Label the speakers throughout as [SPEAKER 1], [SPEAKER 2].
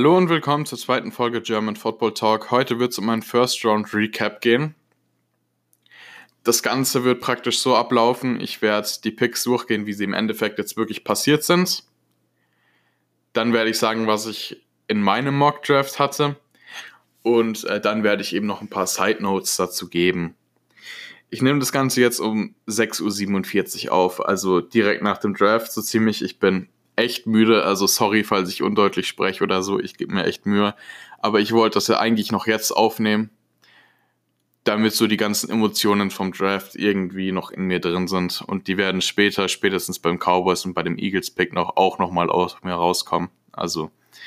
[SPEAKER 1] Hallo und willkommen zur zweiten Folge German Football Talk. Heute wird es um einen First Round Recap gehen. Das Ganze wird praktisch so ablaufen, ich werde die Picks durchgehen, wie sie im Endeffekt jetzt wirklich passiert sind. Dann werde ich sagen, was ich in meinem Mock Draft hatte. Und dann werde ich eben noch ein paar Side Notes dazu geben. Ich nehme das Ganze jetzt um 6:47 Uhr auf, also direkt nach dem Draft so ziemlich. Ich bin echt müde, also sorry, falls ich undeutlich spreche oder so, ich gebe mir echt Mühe. Aber ich wollte das ja eigentlich noch jetzt aufnehmen, damit so die ganzen Emotionen vom Draft irgendwie noch in mir drin sind. Und die werden später, spätestens beim Cowboys und bei dem Eagles-Pick auch nochmal aus mir rauskommen. Also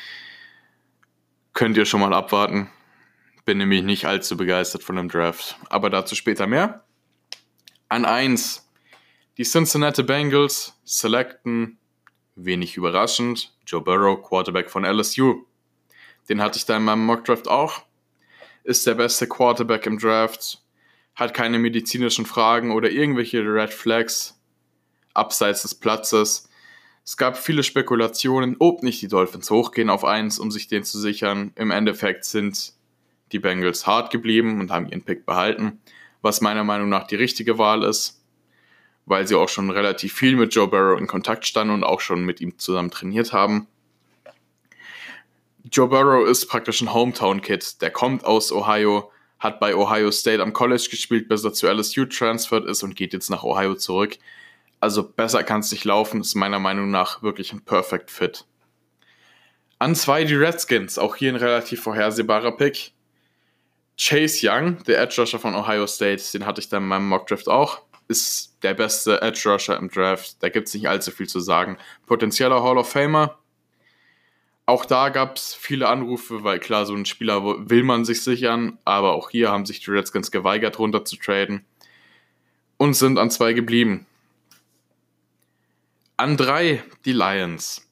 [SPEAKER 1] könnt ihr schon mal abwarten. Bin nämlich nicht allzu begeistert von dem Draft. Aber dazu später mehr. An 1. Die Cincinnati Bengals selecten, wenig überraschend, Joe Burrow, Quarterback von LSU. Den hatte ich da in meinem Mockdraft auch. Ist der beste Quarterback im Draft. Hat keine medizinischen Fragen oder irgendwelche Red Flags abseits des Platzes. Es gab viele Spekulationen, ob nicht die Dolphins hochgehen auf 1, um sich den zu sichern. Im Endeffekt sind die Bengals hart geblieben und haben ihren Pick behalten, was meiner Meinung nach die richtige Wahl ist, weil sie auch schon relativ viel mit Joe Burrow in Kontakt standen und auch schon mit ihm zusammen trainiert haben. Joe Burrow ist praktisch ein Hometown-Kid, der kommt aus Ohio, hat bei Ohio State am College gespielt, bis er zu LSU transfert ist und geht jetzt nach Ohio zurück. Also besser kann es nicht laufen, ist meiner Meinung nach wirklich ein Perfect Fit. An 2 die Redskins, auch hier ein relativ vorhersehbarer Pick. Chase Young, der Edge Rusher von Ohio State, den hatte ich dann in meinem Mockdraft auch, ist der beste Edge Rusher im Draft. Da gibt es nicht allzu viel zu sagen. Potenzieller Hall of Famer. Auch da gab es viele Anrufe, weil klar, so einen Spieler will man sich sichern, aber auch hier haben sich die Redskins geweigert, runter zu traden und sind an 2 geblieben. An 3 die Lions.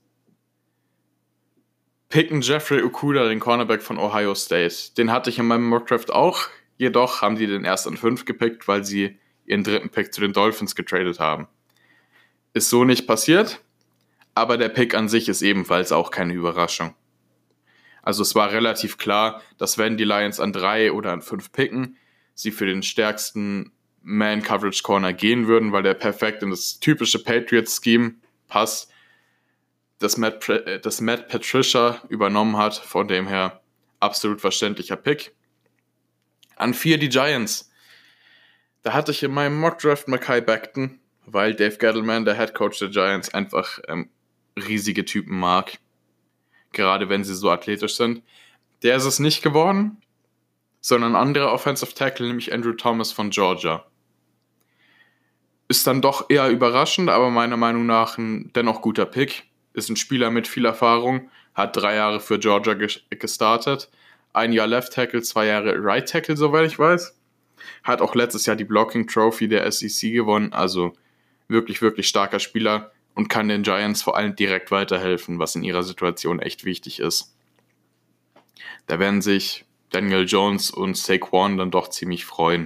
[SPEAKER 1] Picken Jeffrey Okudah, den Cornerback von Ohio State. Den hatte ich in meinem Mockdraft auch, jedoch haben die den erst an 5 gepickt, weil sie ihren dritten Pick zu den Dolphins getradet haben. Ist so nicht passiert, aber der Pick an sich ist ebenfalls auch keine Überraschung. Also es war relativ klar, dass wenn die Lions an 3 oder an 5 picken, sie für den stärksten Man-Coverage-Corner gehen würden, weil der perfekt in das typische Patriots-Scheme passt, das Matt Patricia übernommen hat, von dem her absolut verständlicher Pick. An 4 die Giants. Da hatte ich in meinem Mockdraft Mekhi Becton, weil Dave Gettleman, der Head Coach der Giants, einfach riesige Typen mag. Gerade wenn sie so athletisch sind. Der ist es nicht geworden, sondern ein anderer Offensive Tackle, nämlich Andrew Thomas von Georgia. Ist dann doch eher überraschend, aber meiner Meinung nach ein dennoch guter Pick. Ist ein Spieler mit viel Erfahrung, hat 3 Jahre für Georgia gestartet, 1 Jahr Left Tackle, 2 Jahre Right Tackle, soweit ich weiß. Hat auch letztes Jahr die Blocking Trophy der SEC gewonnen, also wirklich, wirklich starker Spieler und kann den Giants vor allem direkt weiterhelfen, was in ihrer Situation echt wichtig ist. Da werden sich Daniel Jones und Saquon dann doch ziemlich freuen.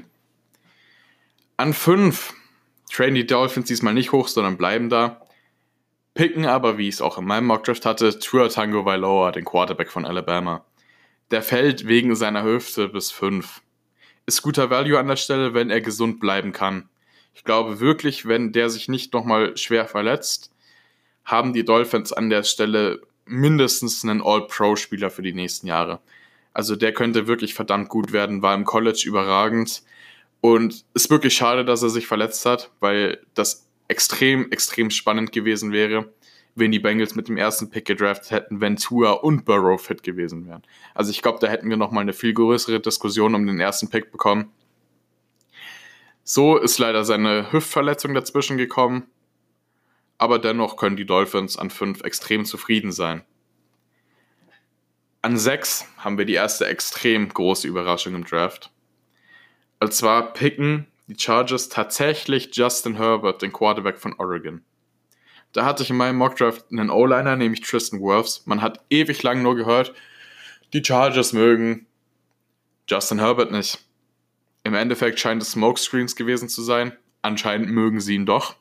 [SPEAKER 1] An 5 traden die Dolphins diesmal nicht hoch, sondern bleiben da. Picken aber, wie ich es auch in meinem Mockdraft hatte, Tua Tagovailoa, den Quarterback von Alabama. Der fällt wegen seiner Hüfte bis 5. Ist guter Value an der Stelle, wenn er gesund bleiben kann. Ich glaube wirklich, wenn der sich nicht nochmal schwer verletzt, haben die Dolphins an der Stelle mindestens einen All-Pro-Spieler für die nächsten Jahre. Also der könnte wirklich verdammt gut werden, war im College überragend und ist wirklich schade, dass er sich verletzt hat, weil das extrem, extrem spannend gewesen wäre, wenn die Bengals mit dem ersten Pick gedraftet hätten, wenn Tua und Burrow fit gewesen wären. Also ich glaube, da hätten wir nochmal eine viel größere Diskussion um den ersten Pick bekommen. So ist leider seine Hüftverletzung dazwischen gekommen, aber dennoch können die Dolphins an 5 extrem zufrieden sein. An 6 haben wir die erste extrem große Überraschung im Draft. Und zwar picken die Chargers tatsächlich Justin Herbert, den Quarterback von Oregon. Da hatte ich in meinem Mockdraft einen O-Liner, nämlich Tristan Wirfs. Man hat ewig lang nur gehört, die Chargers mögen Justin Herbert nicht. Im Endeffekt scheint es Smokescreens gewesen zu sein. Anscheinend mögen sie ihn doch.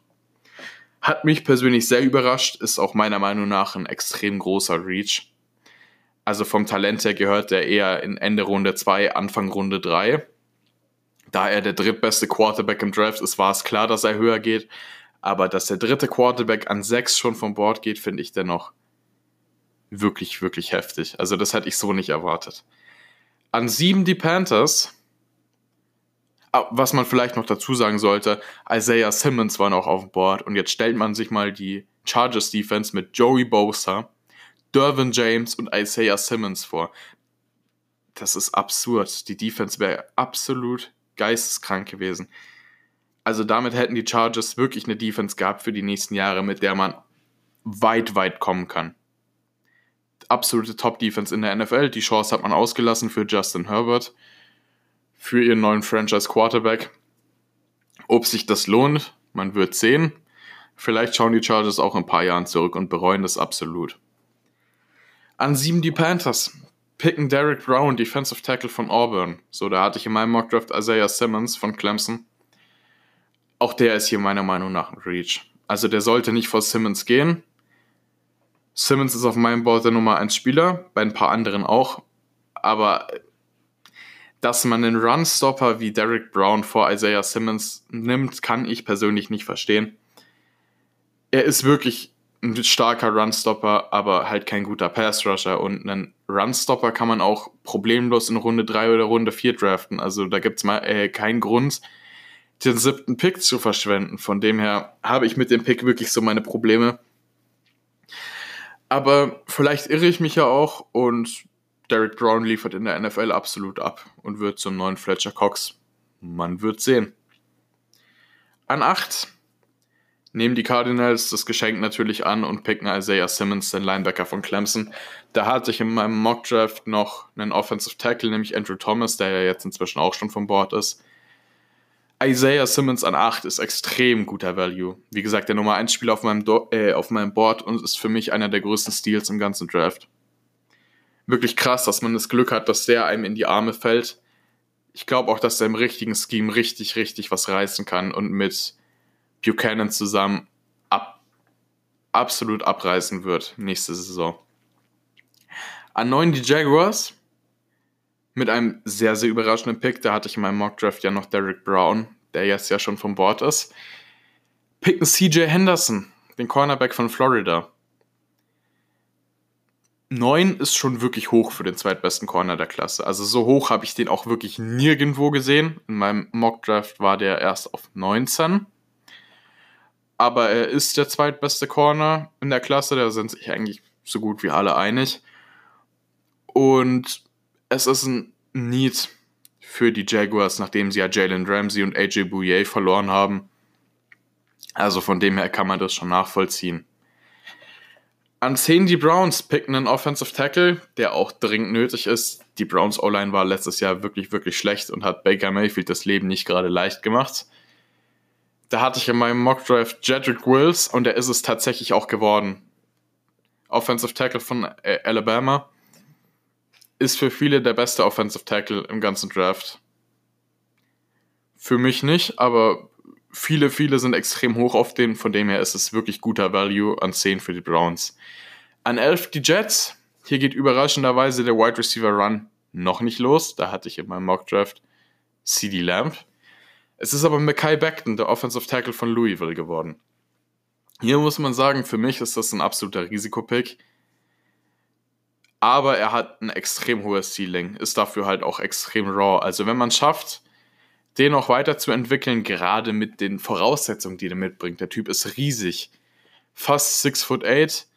[SPEAKER 1] Hat mich persönlich sehr überrascht, ist auch meiner Meinung nach ein extrem großer Reach. Also vom Talent her gehört er eher in Ende Runde 2, Anfang Runde 3. Da er der drittbeste Quarterback im Draft ist, war es klar, dass er höher geht. Aber dass der dritte Quarterback an 6 schon vom Board geht, finde ich dennoch wirklich, wirklich heftig. Also das hätte ich so nicht erwartet. An 7 die Panthers. Was man vielleicht noch dazu sagen sollte, Isaiah Simmons war noch auf dem Board. Und jetzt stellt man sich mal die Chargers Defense mit Joey Bosa, Derwin James und Isaiah Simmons vor. Das ist absurd. Die Defense wäre absolut geisteskrank gewesen. Also damit hätten die Chargers wirklich eine Defense gehabt für die nächsten Jahre, mit der man weit, weit kommen kann. Absolute Top-Defense in der NFL. Die Chance hat man ausgelassen für Justin Herbert, für ihren neuen Franchise-Quarterback. Ob sich das lohnt, man wird sehen. Vielleicht schauen die Chargers auch in ein paar Jahren zurück und bereuen das absolut. An 7 die Panthers. Picken Derrick Brown, Defensive Tackle von Auburn. So, da hatte ich in meinem Mockdraft Isaiah Simmons von Clemson. Auch der ist hier meiner Meinung nach ein Reach. Also der sollte nicht vor Simmons gehen. Simmons ist auf meinem Board der Nummer 1 Spieler, bei ein paar anderen auch. Aber dass man einen Runstopper wie Derrick Brown vor Isaiah Simmons nimmt, kann ich persönlich nicht verstehen. Er ist wirklich ein starker Runstopper, aber halt kein guter Pass-Rusher. Und einen Runstopper kann man auch problemlos in Runde 3 oder Runde 4 draften. Also da gibt es mal keinen Grund, den 7. Pick zu verschwenden. Von dem her habe ich mit dem Pick wirklich so meine Probleme. Aber vielleicht irre ich mich ja auch und Derrick Brown liefert in der NFL absolut ab und wird zum neuen Fletcher Cox. Man wird sehen. An 8 nehmen die Cardinals das Geschenk natürlich an und picken Isaiah Simmons, den Linebacker von Clemson. Da hatte ich in meinem Mockdraft noch einen Offensive Tackle, nämlich Andrew Thomas, der ja jetzt inzwischen auch schon vom Board ist. Isaiah Simmons an 8 ist extrem guter Value. Wie gesagt, der Nummer 1 Spieler auf meinem Board und ist für mich einer der größten Steals im ganzen Draft. Wirklich krass, dass man das Glück hat, dass der einem in die Arme fällt. Ich glaube auch, dass der im richtigen Scheme richtig, richtig was reißen kann und mit Buchanan zusammen absolut abreißen wird nächste Saison. An 9 die Jaguars. Mit einem sehr, sehr überraschenden Pick. Da hatte ich in meinem Mockdraft ja noch Derrick Brown, der jetzt ja schon vom Board ist. Picken CJ Henderson, den Cornerback von Florida. 9 ist schon wirklich hoch für den zweitbesten Corner der Klasse. Also so hoch habe ich den auch wirklich nirgendwo gesehen. In meinem Mockdraft war der erst auf 19. Aber er ist der zweitbeste Corner in der Klasse. Da sind sich eigentlich so gut wie alle einig. Und es ist ein Need für die Jaguars, nachdem sie ja Jalen Ramsey und AJ Bouye verloren haben. Also von dem her kann man das schon nachvollziehen. An 10 die Browns picken einen Offensive Tackle, der auch dringend nötig ist. Die Browns O-Line war letztes Jahr wirklich, wirklich schlecht und hat Baker Mayfield das Leben nicht gerade leicht gemacht. Da hatte ich in meinem Mockdraft Jedrick Wills und der ist es tatsächlich auch geworden. Offensive Tackle von Alabama. Ist für viele der beste Offensive Tackle im ganzen Draft. Für mich nicht, aber viele sind extrem hoch auf den. Von dem her ist es wirklich guter Value an 10 für die Browns. An 11 die Jets. Hier geht überraschenderweise der Wide Receiver Run noch nicht los. Da hatte ich in meinem Mockdraft CeeDee Lamb. Es ist aber Mekhi Becton, der Offensive Tackle von Louisville, geworden. Hier muss man sagen, für mich ist das ein absoluter Risikopick. Aber er hat ein extrem hohes Ceiling, ist dafür halt auch extrem raw. Also wenn man es schafft, den noch weiterzuentwickeln, gerade mit den Voraussetzungen, die er mitbringt. Der Typ ist riesig. Fast 6'8",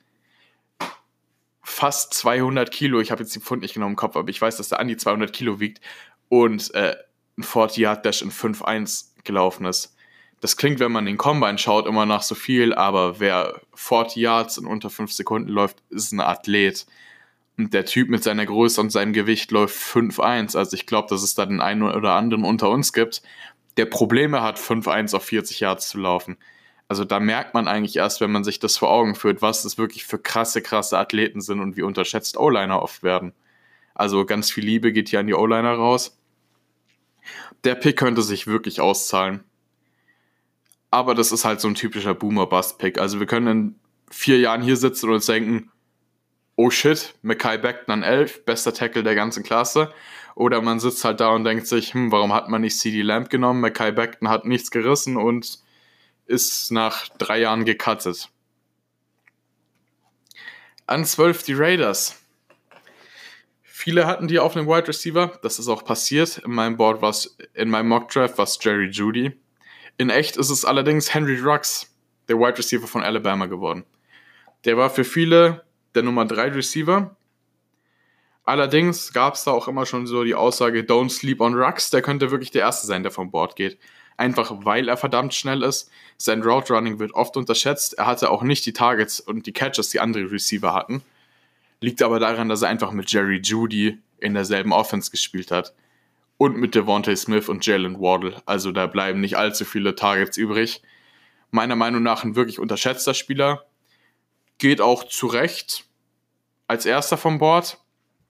[SPEAKER 1] fast 200 Kilo. Ich habe jetzt die Pfund nicht genau im Kopf, aber ich weiß, dass der an die 200 Kilo wiegt und ein 40-Yard-Dash in 5'1 gelaufen ist. Das klingt, wenn man den Combine schaut, immer nach so viel, aber wer 40 Yards in unter 5 Sekunden läuft, ist ein Athlet. Und der Typ mit seiner Größe und seinem Gewicht läuft 5'1. Also ich glaube, dass es da den einen oder anderen unter uns gibt, der Probleme hat, 5'1 auf 40 Yards zu laufen. Also da merkt man eigentlich erst, wenn man sich das vor Augen führt, was das wirklich für krasse Athleten sind und wie unterschätzt O-Liner oft werden. Also ganz viel Liebe geht hier an die O-Liner raus. Der Pick könnte sich wirklich auszahlen. Aber das ist halt so ein typischer Boomer-Bust-Pick. Also wir können in 4 Jahren hier sitzen und uns denken, oh shit, Mekhi Becton an 11, bester Tackle der ganzen Klasse. Oder man sitzt halt da und denkt sich, warum hat man nicht CeeDee Lamb genommen? Mekhi Becton hat nichts gerissen und ist nach 3 Jahren gecuttet. An 12 die Raiders. Viele hatten die auf einem Wide Receiver. Das ist auch passiert. In meinem Mock Draft war es Jerry Jeudy. In echt ist es allerdings Henry Ruggs, der Wide Receiver von Alabama geworden. Der war für viele der Nummer 3 Receiver. Allerdings gab es da auch immer schon so die Aussage, don't sleep on Ruggs, der könnte wirklich der Erste sein, der vom Board geht. Einfach weil er verdammt schnell ist. Sein Route Running wird oft unterschätzt. Er hatte auch nicht die Targets und die Catches, die andere Receiver hatten. Liegt aber daran, dass er einfach mit Jerry Jeudy in derselben Offense gespielt hat. Und mit Devontae Smith und Jalen Waddle. Also da bleiben nicht allzu viele Targets übrig. Meiner Meinung nach ein wirklich unterschätzter Spieler. Geht auch zurecht als Erster vom Board.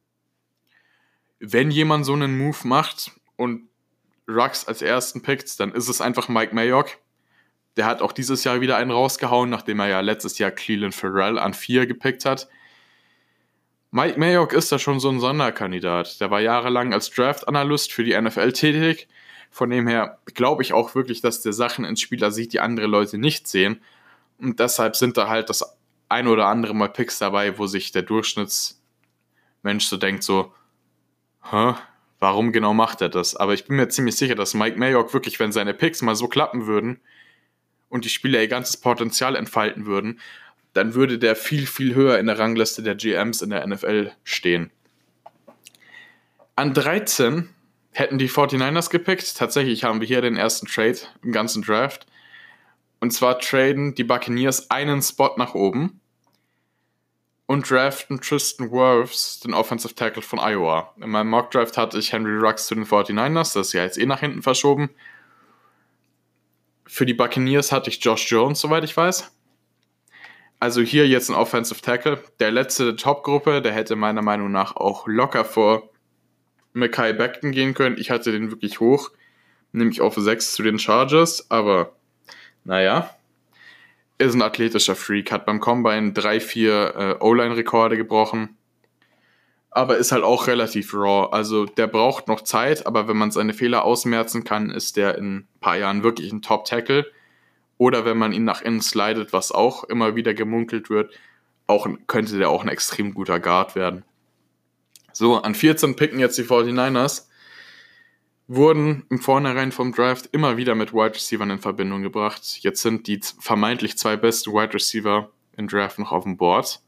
[SPEAKER 1] Wenn jemand so einen Move macht und Ruggs als Ersten pickt, dann ist es einfach Mike Mayock. Der hat auch dieses Jahr wieder einen rausgehauen, nachdem er ja letztes Jahr Clelin Ferrell an 4 gepickt hat. Mike Mayock ist da schon so ein Sonderkandidat. Der war jahrelang als Draft-Analyst für die NFL tätig. Von dem her glaube ich auch wirklich, dass der Sachen ins Spieler sieht, die andere Leute nicht sehen. Und deshalb sind da halt das ein oder andere Mal Picks dabei, wo sich der Durchschnittsmensch so denkt, so, warum genau macht er das? Aber ich bin mir ziemlich sicher, dass Mike Mayock wirklich, wenn seine Picks mal so klappen würden und die Spieler ihr ganzes Potenzial entfalten würden, dann würde der viel, viel höher in der Rangliste der GMs in der NFL stehen. An 13 hätten die 49ers gepickt. Tatsächlich haben wir hier den ersten Trade im ganzen Draft. Und zwar traden die Buccaneers einen Spot nach oben und draften Tristan Wirfs, den Offensive Tackle von Iowa. In meinem Mock Draft hatte ich Henry Ruggs zu den 49ers, das ist ja jetzt nach hinten verschoben. Für die Buccaneers hatte ich Josh Jones, soweit ich weiß. Also hier jetzt ein Offensive Tackle. Der letzte der Top-Gruppe, der hätte meiner Meinung nach auch locker vor Mekhi Becton gehen können. Ich hatte den wirklich hoch, nämlich auf 6 zu den Chargers, aber naja. Ist ein athletischer Freak, hat beim Combine 3-4 O-Line-Rekorde gebrochen, aber ist halt auch relativ raw. Also der braucht noch Zeit, aber wenn man seine Fehler ausmerzen kann, ist der in ein paar Jahren wirklich ein Top-Tackle. Oder wenn man ihn nach innen slidet, was auch immer wieder gemunkelt wird, könnte der auch ein extrem guter Guard werden. So, an 14 picken jetzt die 49ers. Wurden im Vornherein vom Draft immer wieder mit Wide Receivern in Verbindung gebracht. Jetzt sind die vermeintlich 2 besten Wide Receiver im Draft noch auf dem Board.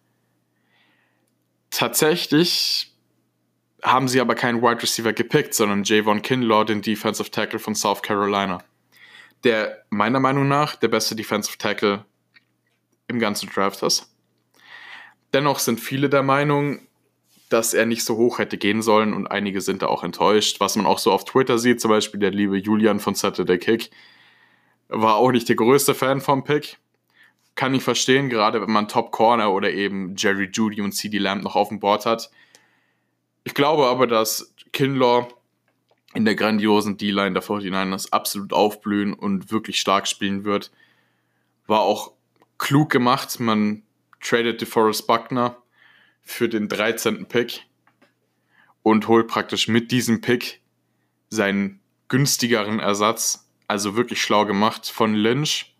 [SPEAKER 1] Tatsächlich haben sie aber keinen Wide Receiver gepickt, sondern Javon Kinlaw, den Defensive Tackle von South Carolina. Der meiner Meinung nach der beste Defensive Tackle im ganzen Draft ist. Dennoch sind viele der Meinung, dass er nicht so hoch hätte gehen sollen und einige sind da auch enttäuscht. Was man auch so auf Twitter sieht, zum Beispiel der liebe Julian von Saturday Kick, war auch nicht der größte Fan vom Pick. Kann ich verstehen, gerade wenn man Top Corner oder eben Jerry Jeudy und CeeDee Lamb noch auf dem Board hat. Ich glaube aber, dass Kinlaw in der grandiosen D-Line der 49ers absolut aufblühen und wirklich stark spielen wird. War auch klug gemacht. Man tradet DeForest Buckner für den 13. Pick und holt praktisch mit diesem Pick seinen günstigeren Ersatz. Also wirklich schlau gemacht von Lynch.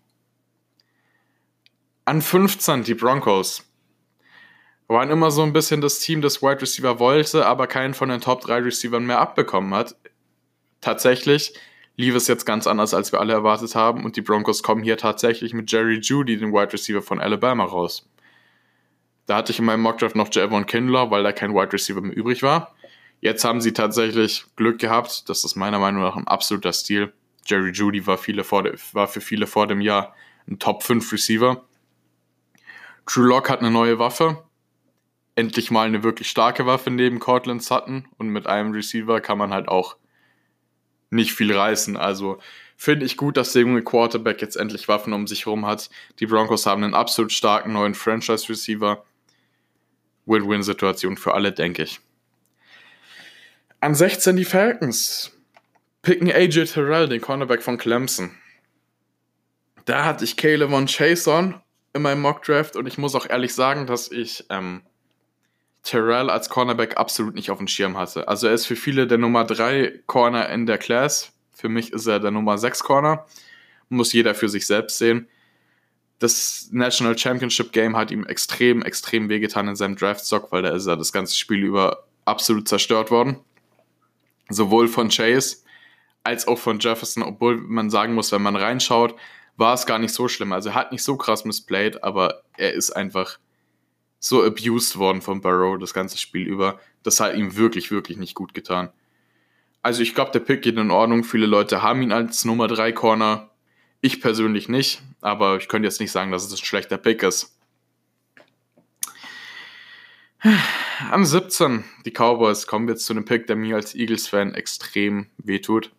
[SPEAKER 1] An 15 die Broncos. Waren immer so ein bisschen das Team, das Wide Receiver wollte, aber keinen von den Top 3 Receivern mehr abbekommen hat. Tatsächlich lief es jetzt ganz anders, als wir alle erwartet haben und die Broncos kommen hier tatsächlich mit Jerry Jeudy, den Wide Receiver von Alabama, raus. Da hatte ich in meinem Mockdraft noch Javon Kinlaw, weil da kein Wide Receiver mehr übrig war. Jetzt haben sie tatsächlich Glück gehabt. Das ist meiner Meinung nach ein absoluter Stil. Jerry Jeudy war für viele vor dem Jahr ein Top 5 Receiver. Drew Lock hat eine neue Waffe. Endlich mal eine wirklich starke Waffe neben Cortland Sutton. Und mit einem Receiver kann man halt auch nicht viel reißen. Also finde ich gut, dass der junge Quarterback jetzt endlich Waffen um sich herum hat. Die Broncos haben einen absolut starken neuen Franchise-Receiver. Win-Win-Situation für alle, denke ich. An 16 die Falcons. Picken AJ Terrell, den Cornerback von Clemson. Da hatte ich Caleb Chason in meinem Mock-Draft und ich muss auch ehrlich sagen, dass ich Terrell als Cornerback absolut nicht auf dem Schirm hatte. Also er ist für viele der Nummer 3 Corner in der Class. Für mich ist er der Nummer 6 Corner. Muss jeder für sich selbst sehen. Das National Championship Game hat ihm extrem, extrem wehgetan in seinem Draftstock, weil da ist er das ganze Spiel über absolut zerstört worden. Sowohl von Chase als auch von Jefferson, obwohl man sagen muss, wenn man reinschaut, war es gar nicht so schlimm. Also er hat nicht so krass missplayed, aber er ist einfach so abused worden von Burrow das ganze Spiel über. Das hat ihm wirklich, wirklich nicht gut getan. Also ich glaube, der Pick geht in Ordnung. Viele Leute haben ihn als Nummer 3 Corner. Ich persönlich nicht, aber ich könnte jetzt nicht sagen, dass es ein schlechter Pick ist. An 17, die Cowboys, kommen wir jetzt zu einem Pick, der mir als Eagles-Fan extrem wehtut.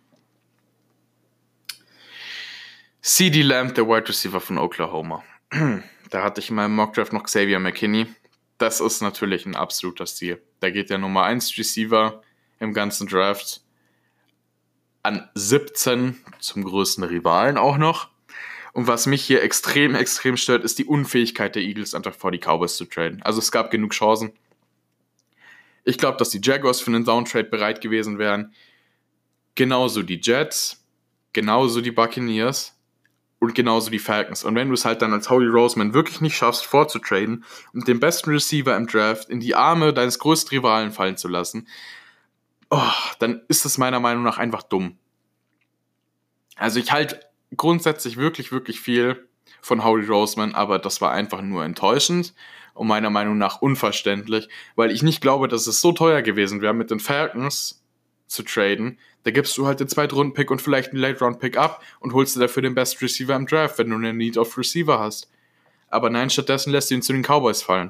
[SPEAKER 1] CeeDee Lamb, der Wide Receiver von Oklahoma. Da hatte ich in meinem Mockdraft noch Xavier McKinney. Das ist natürlich ein absoluter Stil. Da geht der Nummer 1 Receiver im ganzen Draft an 17 zum größten Rivalen auch noch. Und was mich hier extrem, extrem stört, ist die Unfähigkeit der Eagles, einfach vor die Cowboys zu traden. Also es gab genug Chancen. Ich glaube, dass die Jaguars für einen Downtrade bereit gewesen wären. Genauso die Jets, genauso die Buccaneers und genauso die Falcons. Und wenn du es halt dann als Howie Roseman wirklich nicht schaffst, vorzutraden und den besten Receiver im Draft in die Arme deines größten Rivalen fallen zu lassen, dann ist es meiner Meinung nach einfach dumm. Also ich halte grundsätzlich wirklich, wirklich viel von Howie Roseman, aber das war einfach nur enttäuschend und meiner Meinung nach unverständlich, weil ich nicht glaube, dass es so teuer gewesen wäre, mit den Falcons zu traden. Da gibst du halt den Zweitrunden-Pick und vielleicht einen Late-Round-Pick ab und holst dir dafür den Best Receiver im Draft, wenn du eine Need of Receiver hast. Aber nein, stattdessen lässt du ihn zu den Cowboys fallen.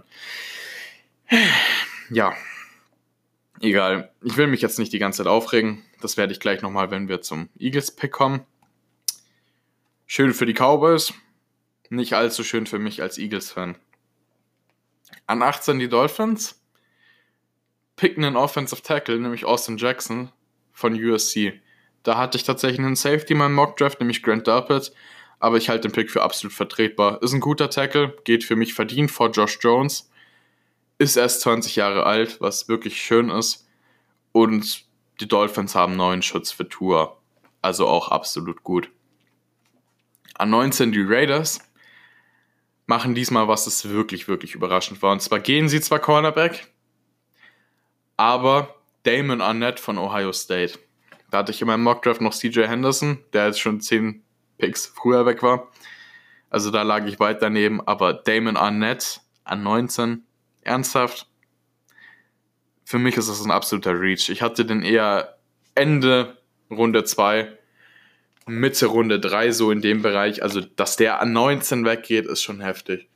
[SPEAKER 1] Ja, egal. Ich will mich jetzt nicht die ganze Zeit aufregen. Das werde ich gleich nochmal, wenn wir zum Eagles-Pick kommen. Schön für die Cowboys, nicht allzu schön für mich als Eagles-Fan. An 18 die Dolphins picken einen Offensive Tackle, nämlich Austin Jackson von USC. Da hatte ich tatsächlich einen Safety in meinem Mock-Draft, nämlich Grant Delpit, aber ich halte den Pick für absolut vertretbar. Ist ein guter Tackle, geht für mich verdient vor Josh Jones, ist erst 20 Jahre alt, was wirklich schön ist, und die Dolphins haben neuen Schutz für Tua, also auch absolut gut. An 19 die Raiders machen diesmal was, das wirklich, wirklich überraschend war. Und zwar gehen sie zwar Cornerback, aber Damon Arnett von Ohio State. Da hatte ich in meinem Mockdraft noch CJ Henderson, der jetzt schon 10 Picks früher weg war. Also da lag ich weit daneben, aber Damon Arnett an 19, ernsthaft? Für mich ist das ein absoluter Reach. Ich hatte den eher Ende Runde 2, Mitte Runde 3, so in dem Bereich. Also, dass der an 19 weggeht, ist schon heftig.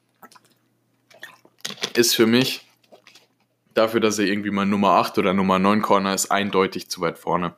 [SPEAKER 1] Ist für mich, dafür, dass er irgendwie mal Nummer 8 oder Nummer 9 Corner ist, eindeutig zu weit vorne.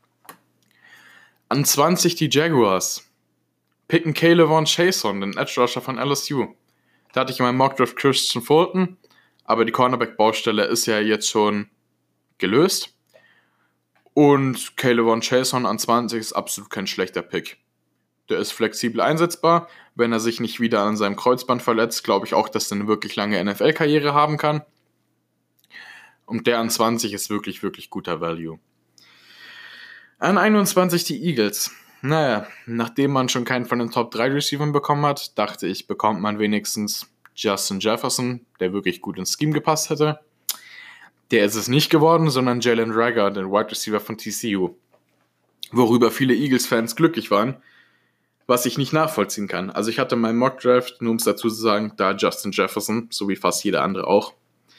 [SPEAKER 1] An 20 die Jaguars picken K'Lavon Chaisson, den Edge Rusher von LSU. Da hatte ich in meinem Mockdraft Christian Fulton, aber die Cornerback-Baustelle ist ja jetzt schon gelöst. Und K'Lavon Chaisson an 20 ist absolut kein schlechter Pick. Der ist flexibel einsetzbar. Wenn er sich nicht wieder an seinem Kreuzband verletzt, glaube ich auch, dass er eine wirklich lange NFL-Karriere haben kann. Und der an 20 ist wirklich, wirklich guter Value. An 21 die Eagles. Naja, nachdem man schon keinen von den Top 3 Receivern bekommen hat, dachte ich, bekommt man wenigstens Justin Jefferson, der wirklich gut ins Scheme gepasst hätte. Der ist es nicht geworden, sondern Jalen Reagor, der Wide Receiver von TCU. Worüber viele Eagles-Fans glücklich waren, was ich nicht nachvollziehen kann. Also ich hatte in meinem Mock-Draft, nur um es dazu zu sagen, da Justin Jefferson, so wie fast jeder andere auch.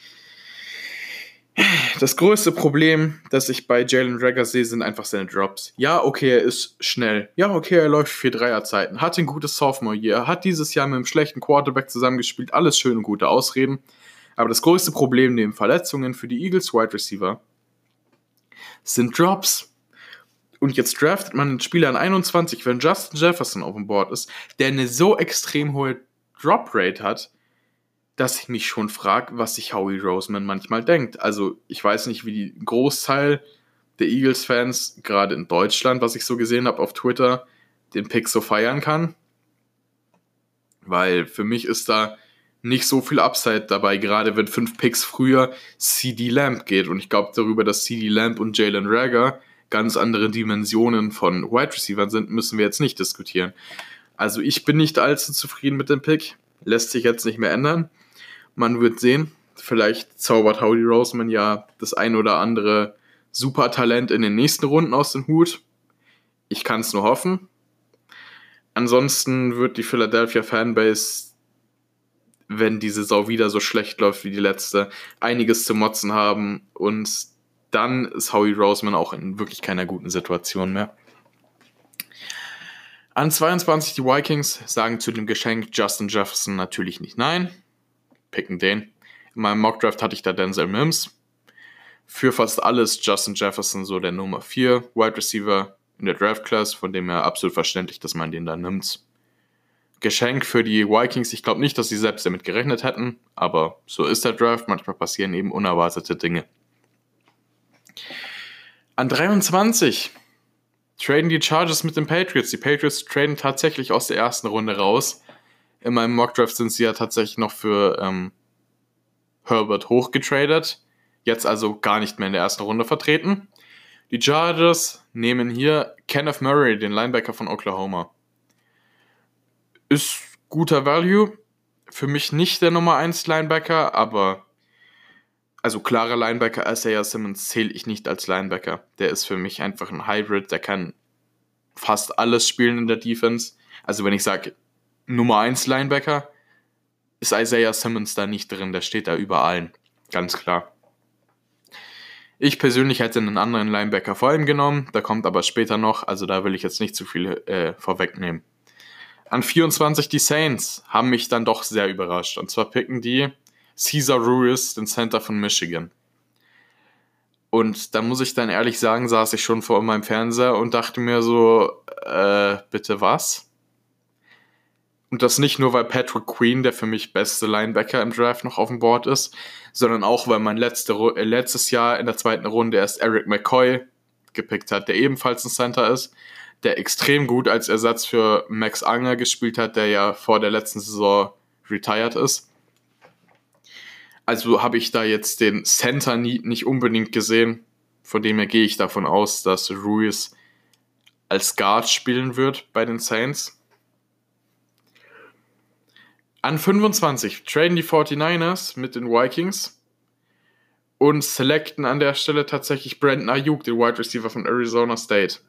[SPEAKER 1] Das größte Problem, das ich bei Jalen Reagor sehe, sind einfach seine Drops. Ja, okay, er ist schnell. Ja, okay, er läuft 4-3er-Zeiten. Hat ein gutes Sophomore-Year. Hat dieses Jahr mit einem schlechten Quarterback zusammengespielt. Alles schön und gute Ausreden. Aber das größte Problem neben Verletzungen für die Eagles Wide Receiver sind Drops. Und jetzt draftet man einen Spieler an 21, wenn Justin Jefferson auf dem Board ist, der eine so extrem hohe Drop-Rate hat, dass ich mich schon frage, was sich Howie Roseman manchmal denkt. Also ich weiß nicht, wie die Großteil der Eagles-Fans, gerade in Deutschland, was ich so gesehen habe auf Twitter, den Pick so feiern kann. Weil für mich ist da nicht so viel Upside dabei, gerade wenn 5 Picks früher CeeDee Lamb geht. Und ich glaube, darüber, dass CeeDee Lamb und Jalen Reagor ganz andere Dimensionen von Wide Receivers sind, müssen wir jetzt nicht diskutieren. Also ich bin nicht allzu zufrieden mit dem Pick. Lässt sich jetzt nicht mehr ändern. Man wird sehen. Vielleicht zaubert Howie Roseman ja das ein oder andere Supertalent in den nächsten Runden aus dem Hut. Ich kann es nur hoffen. Ansonsten wird die Philadelphia Fanbase, wenn die Saison wieder so schlecht läuft wie die letzte, einiges zu motzen haben. Und dann ist Howie Roseman auch in wirklich keiner guten Situation mehr. An 22 die Vikings sagen zu dem Geschenk Justin Jefferson natürlich nicht nein. Picken den. In meinem Mockdraft hatte ich da Denzel Mims. Für fast alles Justin Jefferson so der Nummer 4 Wide Receiver in der Draft Class, von dem her absolut verständlich, dass man den da nimmt. Geschenk für die Vikings, ich glaube nicht, dass sie selbst damit gerechnet hätten, aber so ist der Draft, manchmal passieren eben unerwartete Dinge. An 23 traden die Chargers mit den Patriots. Die Patriots traden tatsächlich aus der ersten Runde raus. In meinem Mockdraft sind sie ja tatsächlich noch für Herbert hochgetradet. Jetzt also gar nicht mehr in der ersten Runde vertreten. Die Chargers nehmen hier Kenneth Murray, den Linebacker von Oklahoma. Ist guter Value. Für mich nicht der Nummer 1 Linebacker, aber also klarer Linebacker Isaiah Simmons zähle ich nicht als Linebacker. Der ist für mich einfach ein Hybrid, der kann fast alles spielen in der Defense. Also wenn ich sage Nummer 1 Linebacker, ist Isaiah Simmons da nicht drin, der steht da über allen. Ganz klar. Ich persönlich hätte einen anderen Linebacker vor ihm genommen, der kommt aber später noch, also da will ich jetzt nicht zu viel vorwegnehmen. An 24 die Saints haben mich dann doch sehr überrascht. Und zwar picken die Cesar Ruiz, den Center von Michigan. Und da muss ich dann ehrlich sagen, saß ich schon vor meinem Fernseher und dachte mir so, bitte was? Und das nicht nur, weil Patrick Queen, der für mich beste Linebacker im Draft, noch auf dem Board ist, sondern auch, weil man letztes Jahr in der zweiten Runde erst Eric McCoy gepickt hat, der ebenfalls ein Center ist, der extrem gut als Ersatz für Max Unger gespielt hat, der ja vor der letzten Saison retired ist. Also habe ich da jetzt den Center-Need nicht unbedingt gesehen. Von dem her gehe ich davon aus, dass Ruiz als Guard spielen wird bei den Saints. An 25 traden die 49ers mit den Vikings und selecten an der Stelle tatsächlich Brandon Ayuk, den Wide Receiver von Arizona State.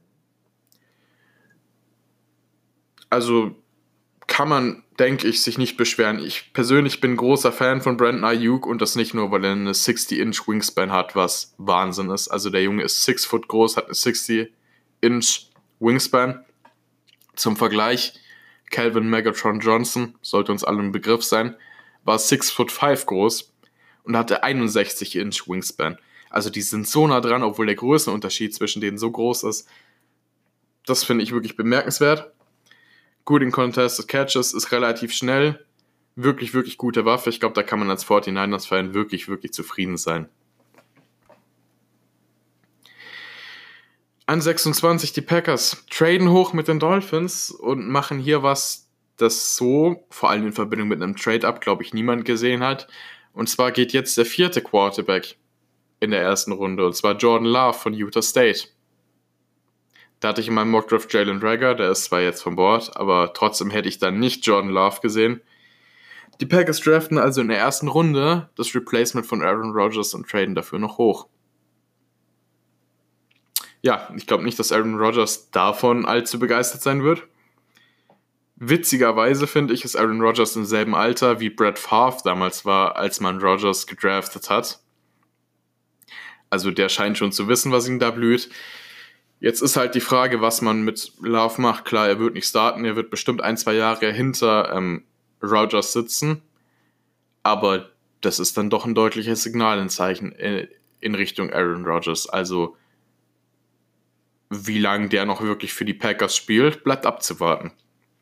[SPEAKER 1] Also kann man, denke ich, sich nicht beschweren. Ich persönlich bin großer Fan von Brandon Ayuk und das nicht nur, weil er eine 60-Inch Wingspan hat, was Wahnsinn ist. Also der Junge ist 6 Foot groß, hat eine 60-Inch Wingspan. Zum Vergleich, Calvin Megatron Johnson, sollte uns allen ein Begriff sein, war 6'5" groß und hatte 61-Inch Wingspan. Also die sind so nah dran, obwohl der Größenunterschied zwischen denen so groß ist. Das finde ich wirklich bemerkenswert. Gut in Contested Catches, ist relativ schnell. Wirklich, wirklich gute Waffe. Ich glaube, da kann man als 49ers-Fan wirklich, wirklich zufrieden sein. An 26 die Packers traden hoch mit den Dolphins und machen hier was, das so, vor allem in Verbindung mit einem Trade-Up, glaube ich, niemand gesehen hat. Und zwar geht jetzt der 4. Quarterback in der ersten Runde, und zwar Jordan Love von Utah State. Da hatte ich in meinem Mockdraft Jalen Reagor, der ist zwar jetzt von Bord, aber trotzdem hätte ich dann nicht Jordan Love gesehen. Die Packers draften also in der ersten Runde das Replacement von Aaron Rodgers und traden dafür noch hoch. Ja, ich glaube nicht, dass Aaron Rodgers davon allzu begeistert sein wird. Witzigerweise finde ich, ist Aaron Rodgers im selben Alter wie Brett Favre damals war, als man Rodgers gedraftet hat. Also der scheint schon zu wissen, was ihm da blüht. Jetzt ist halt die Frage, was man mit Love macht. Klar, er wird nicht starten, er wird bestimmt 1-2 Jahre hinter Rodgers sitzen. Aber das ist dann doch ein deutliches Signalenzeichen in Richtung Aaron Rodgers. Also wie lange der noch wirklich für die Packers spielt, bleibt abzuwarten.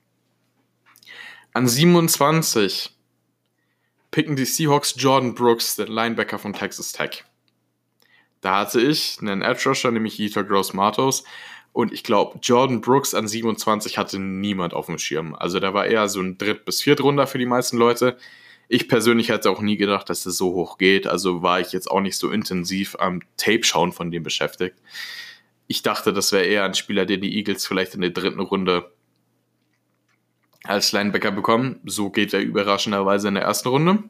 [SPEAKER 1] An 27 picken die Seahawks Jordan Brooks, den Linebacker von Texas Tech. Da hatte ich einen Edge Rusher, nämlich Yetur Gross-Matos, Und ich glaube, Jordan Brooks an 27 hatte niemand auf dem Schirm. Also der war eher so ein Dritt- bis Viertrunder für die meisten Leute. Ich persönlich hätte auch nie gedacht, dass das so hoch geht. Also war ich jetzt auch nicht so intensiv am Tape-Schauen von dem beschäftigt. Ich dachte, das wäre eher ein Spieler, den die Eagles vielleicht in der dritten Runde als Linebacker bekommen. So geht er überraschenderweise in der ersten Runde.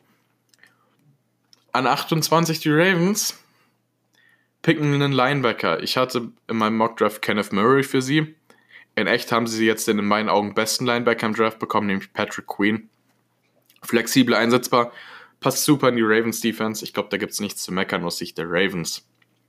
[SPEAKER 1] An 28 die Ravens picken einen Linebacker. Ich hatte in meinem Mockdraft Kenneth Murray für sie. In echt haben sie jetzt den in meinen Augen besten Linebacker im Draft bekommen, nämlich Patrick Queen. Flexibel einsetzbar, passt super in die Ravens Defense. Ich glaube, da gibt es nichts zu meckern aus Sicht der Ravens.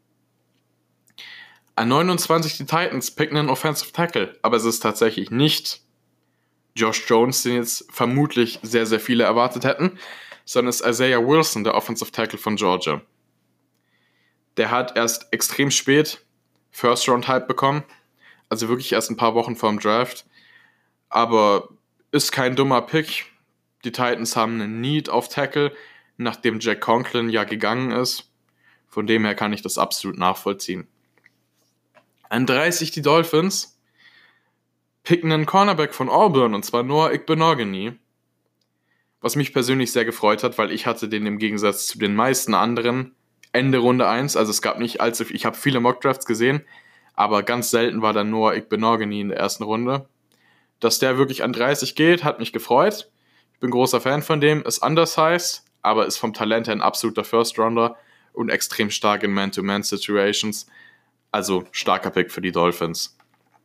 [SPEAKER 1] An 29 die Titans picken einen Offensive Tackle, aber es ist tatsächlich nicht Josh Jones, den jetzt vermutlich sehr, sehr viele erwartet hätten, sondern es ist Isaiah Wilson, der Offensive Tackle von Georgia. Der hat erst extrem spät First-Round-Hype bekommen, also wirklich erst ein paar Wochen vor dem Draft, aber ist kein dummer Pick. Die Titans haben einen Need auf Tackle, nachdem Jack Conklin ja gegangen ist. Von dem her kann ich das absolut nachvollziehen. An 30 die Dolphins picken einen Cornerback von Auburn, und zwar Noah Igbinoghene. Was mich persönlich sehr gefreut hat, weil ich hatte den im Gegensatz zu den meisten anderen Ende Runde 1, also es gab nicht allzu viel, ich habe viele Mockdrafts gesehen, aber ganz selten war dann Noah Igbinoghene in der ersten Runde. Dass der wirklich an 30 geht, hat mich gefreut. Ich bin großer Fan von dem, ist undersized, aber ist vom Talent her ein absoluter First-Rounder und extrem stark in Man-to-Man-Situations. Also starker Pick für die Dolphins.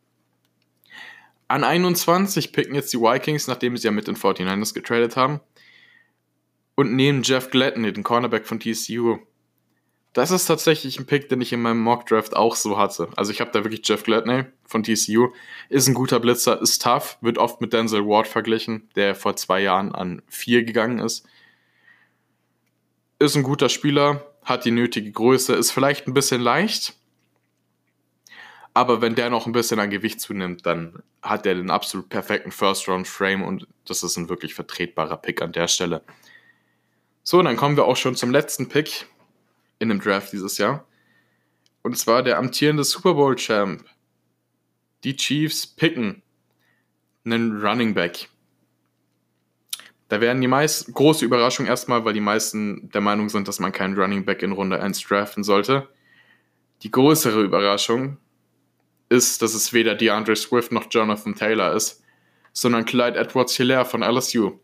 [SPEAKER 1] An 21 picken jetzt die Vikings, nachdem sie ja mit den 49ers getradet haben, und nehmen Jeff Gladney, den Cornerback von TCU. Das ist tatsächlich ein Pick, den ich in meinem Mockdraft auch so hatte. Also ich habe da wirklich Jeff Gladney von TCU. Ist ein guter Blitzer, ist tough, wird oft mit Denzel Ward verglichen, der vor 2 Jahren an 4 gegangen ist. Ist ein guter Spieler, hat die nötige Größe, ist vielleicht ein bisschen leicht, aber wenn der noch ein bisschen an Gewicht zunimmt, dann hat er den absolut perfekten First-Round-Frame und das ist ein wirklich vertretbarer Pick an der Stelle. So, dann kommen wir auch schon zum letzten Pick in dem Draft dieses Jahr. Und zwar der amtierende Super Bowl-Champ. Die Chiefs picken einen Running Back. Da werden die meisten, große Überraschung erstmal, weil die meisten der Meinung sind, dass man keinen Running Back in Runde 1 draften sollte. Die größere Überraschung ist, dass es weder DeAndre Swift noch Jonathan Taylor ist, sondern Clyde Edwards-Helaire von LSU.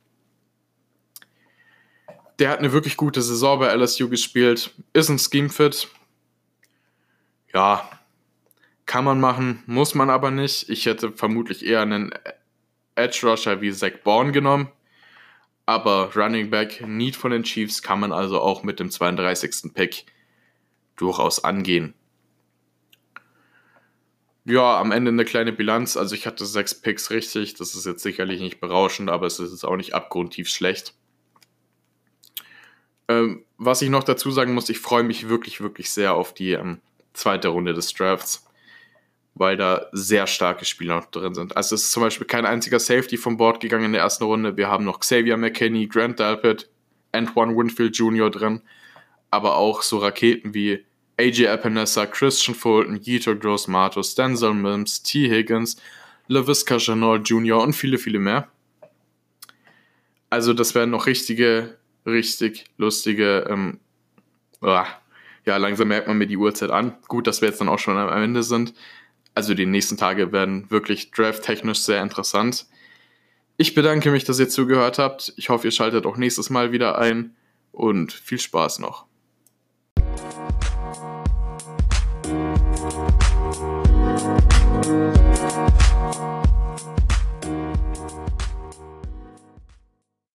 [SPEAKER 1] Der hat eine wirklich gute Saison bei LSU gespielt, ist ein Scheme-Fit. Ja, kann man machen, muss man aber nicht. Ich hätte vermutlich eher einen Edge-Rusher wie Zach Bourne genommen. Aber Running Back, Need von den Chiefs, kann man also auch mit dem 32. Pick durchaus angehen. Ja, am Ende eine kleine Bilanz. Also ich hatte 6 Picks richtig. Das ist jetzt sicherlich nicht berauschend, aber es ist jetzt auch nicht abgrundtief schlecht. Was ich noch dazu sagen muss, ich freue mich wirklich, wirklich sehr auf die zweite Runde des Drafts, weil da sehr starke Spieler noch drin sind. Also es ist zum Beispiel kein einziger Safety vom Board gegangen in der ersten Runde. Wir haben noch Xavier McKinney, Grant Delpit, Antoine Winfield Jr. drin, aber auch so Raketen wie AJ Epinesa, Christian Fulton, Yetur Gross-Matos, Denzel Mims, T. Higgins, Laviska Shenault Jr. und viele, viele mehr. Also das werden noch richtig lustige, ja, langsam merkt man mir die Uhrzeit an. Gut, dass wir jetzt dann auch schon am Ende sind. Also die nächsten Tage werden wirklich drafttechnisch sehr interessant. Ich bedanke mich, dass ihr zugehört habt. Ich hoffe, ihr schaltet auch nächstes Mal wieder ein und viel Spaß noch.